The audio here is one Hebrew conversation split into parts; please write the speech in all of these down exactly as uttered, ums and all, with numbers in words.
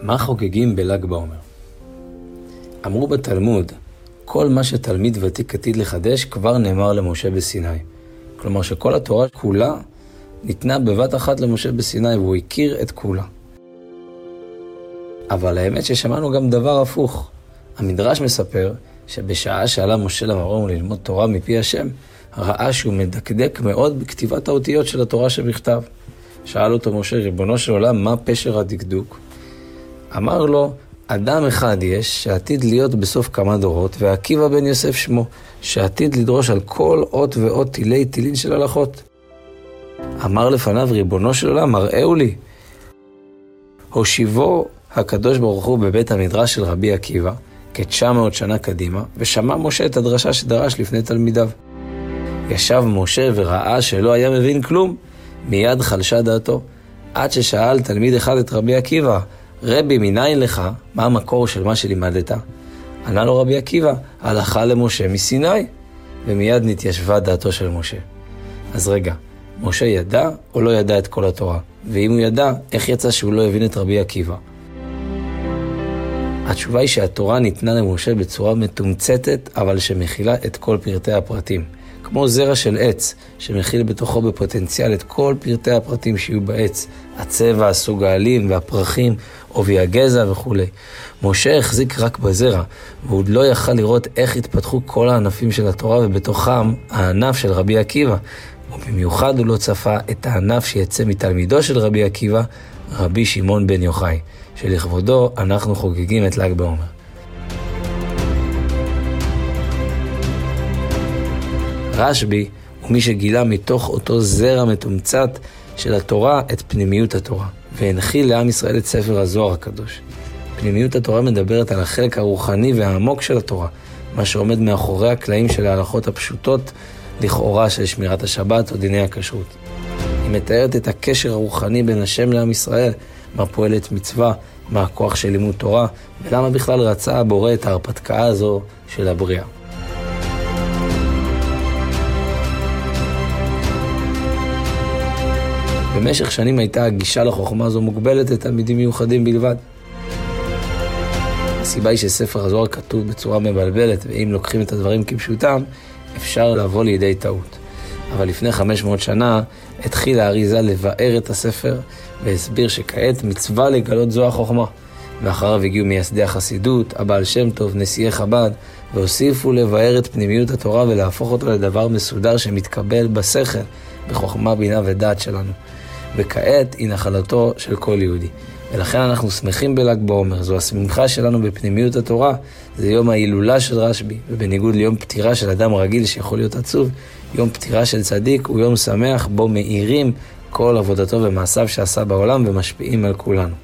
מה חוגגים בל"ג בעומר? אמרו בתלמוד, כל מה שתלמיד ותיק עתיד לחדש כבר נאמר למשה בסיני. כלומר שכל התורה כולה ניתנה בבת אחת למשה בסיני והוא הכיר את כולה. אבל האמת ששמענו גם דבר הפוך. המדרש מספר שבשעה שעלה משה למרום ללמוד תורה מפי השם, ראה שהוא מדקדק מאוד בכתיבת האותיות של התורה שבכתב. שאל אותו משה, ריבונו של עולם, מה פשר הדקדוק? אמר לו, אדם אחד יש שעתיד להיות בסוף כמה דורות, ועקיבא בן יוסף שמו, שעתיד לדרוש על כל אות ואות תילי תילין של הלכות. אמר לפניו, ריבונו של עולם, מראהו לי. הושיבו הקדוש ברוך הוא בבית המדרש של רבי עקיבא, כ-תשע מאות שנה קדימה, ושמע משה את הדרשה שדרש לפני תלמידיו. ישב משה וראה שלא היה מבין כלום, מיד חלשה דעתו, עד ששאל תלמיד אחד את רבי עקיבא, רבי, מניין לך, מה המקור של מה שלימדת? ענה לו רבי עקיבא, הלכה למשה מסיני, ומיד נתיישבה דעתו של משה. אז רגע, משה ידע או לא ידע את כל התורה? ואם הוא ידע, איך יצא שהוא לא הבין את רבי עקיבא? התשובה היא שהתורה ניתנה למשה בצורה מתומצתת, אבל שמכילה את כל פרטי הפרטים. כמו זרע של עץ, שמכיל בתוכו בפוטנציאל את כל פרטי הפרטים שיהיו בעץ, הצבע, הסוג העלים והפרחים, עובי הגזע וכו'. משה החזיק רק בזרע, והוא לא יכל לראות איך התפתחו כל הענפים של התורה, ובתוכם הענף של רבי עקיבא. ובמיוחד הוא לא צפה את הענף שיצא מתלמידו של רבי עקיבא, רבי שמעון בן יוחאי, שלכבודו אנחנו חוגגים את ל"ג בעומר. רשב"י הוא מי שגילה מתוך אותו זרע מתומצת של התורה את פנימיות התורה, והנחיל לעם ישראל את ספר הזוהר הקדוש. פנימיות התורה מדברת על החלק הרוחני והעמוק של התורה, מה שעומד מאחורי הקלעים של ההלכות הפשוטות לכאורה של שמירת השבת או דיני הכשרות. היא מתארת את הקשר הרוחני בין השם לעם ישראל, מה פועלת מצווה, מה הכוח של לימוד תורה, ולמה בכלל רצה הבורא את ההרפתקה הזו של הבריאה. במשך שנים הייתה הגישה לחוכמה הזו מוגבלת לתלמידים מיוחדים בלבד. הסיבה היא שספר הזוהר כתוב בצורה מבלבלת, ואם לוקחים את הדברים כפשוטם, אפשר לבוא לידי טעות. אבל לפני חמש מאות שנה התחיל האריזה לבאר את הספר, והסביר שכעת מצווה לגלות זו החוכמה. ואחריו הגיעו מייסדי החסידות, הבעל שם טוב, נשיאי חב"ד, והוסיפו לבאר את פנימיות התורה ולהפוך אותה לדבר מסודר שמתקבל בשכל, בחוכמה, בינה ודעת שלנו. וכעת היא נחלתו של כל יהודי. ולכן אנחנו שמחים בל"ג בעומר. זו השמחה שלנו בפנימיות התורה. זה יום ההילולה של רשב"י, ובניגוד ליום פטירה של אדם רגיל שיכול להיות עצוב, יום פטירה של צדיק הוא יום שמח בו מאירים כל עבודתו ומעשיו שעשה בעולם ומשפיעים על כולנו.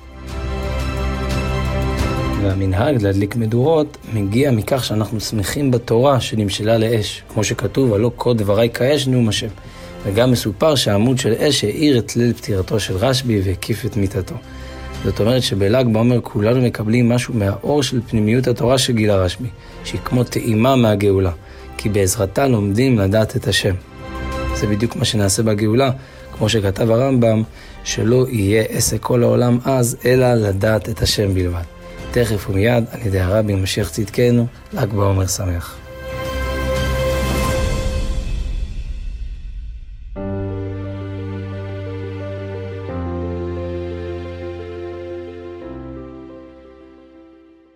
והמנהג להדליק מדורות מגיע מכך שאנחנו שמחים בתורה שנמשלה לאש, כמו שכתוב, הלא כל דברי כאש נאום השם. וגם מסופר שהעמוד של אש האיר את ליל פטירתו של רשב"י והקיף את מיתתו. זאת אומרת שבל"ג בעומר כולנו מקבלים משהו מהאור של פנימיות התורה שגילה רשב"י, שהיא כמו טעימה מהגאולה, כי בעזרתה לומדים לדעת את השם. זה בדיוק מה שנעשה בגאולה, כמו שכתב הרמב"ם, שלא יהיה עסק כל העולם אז, אלא לדעת את השם בלבד. תכף ומיד על ידי הרבי משיח צדקנו, ל"ג בעומר שמח.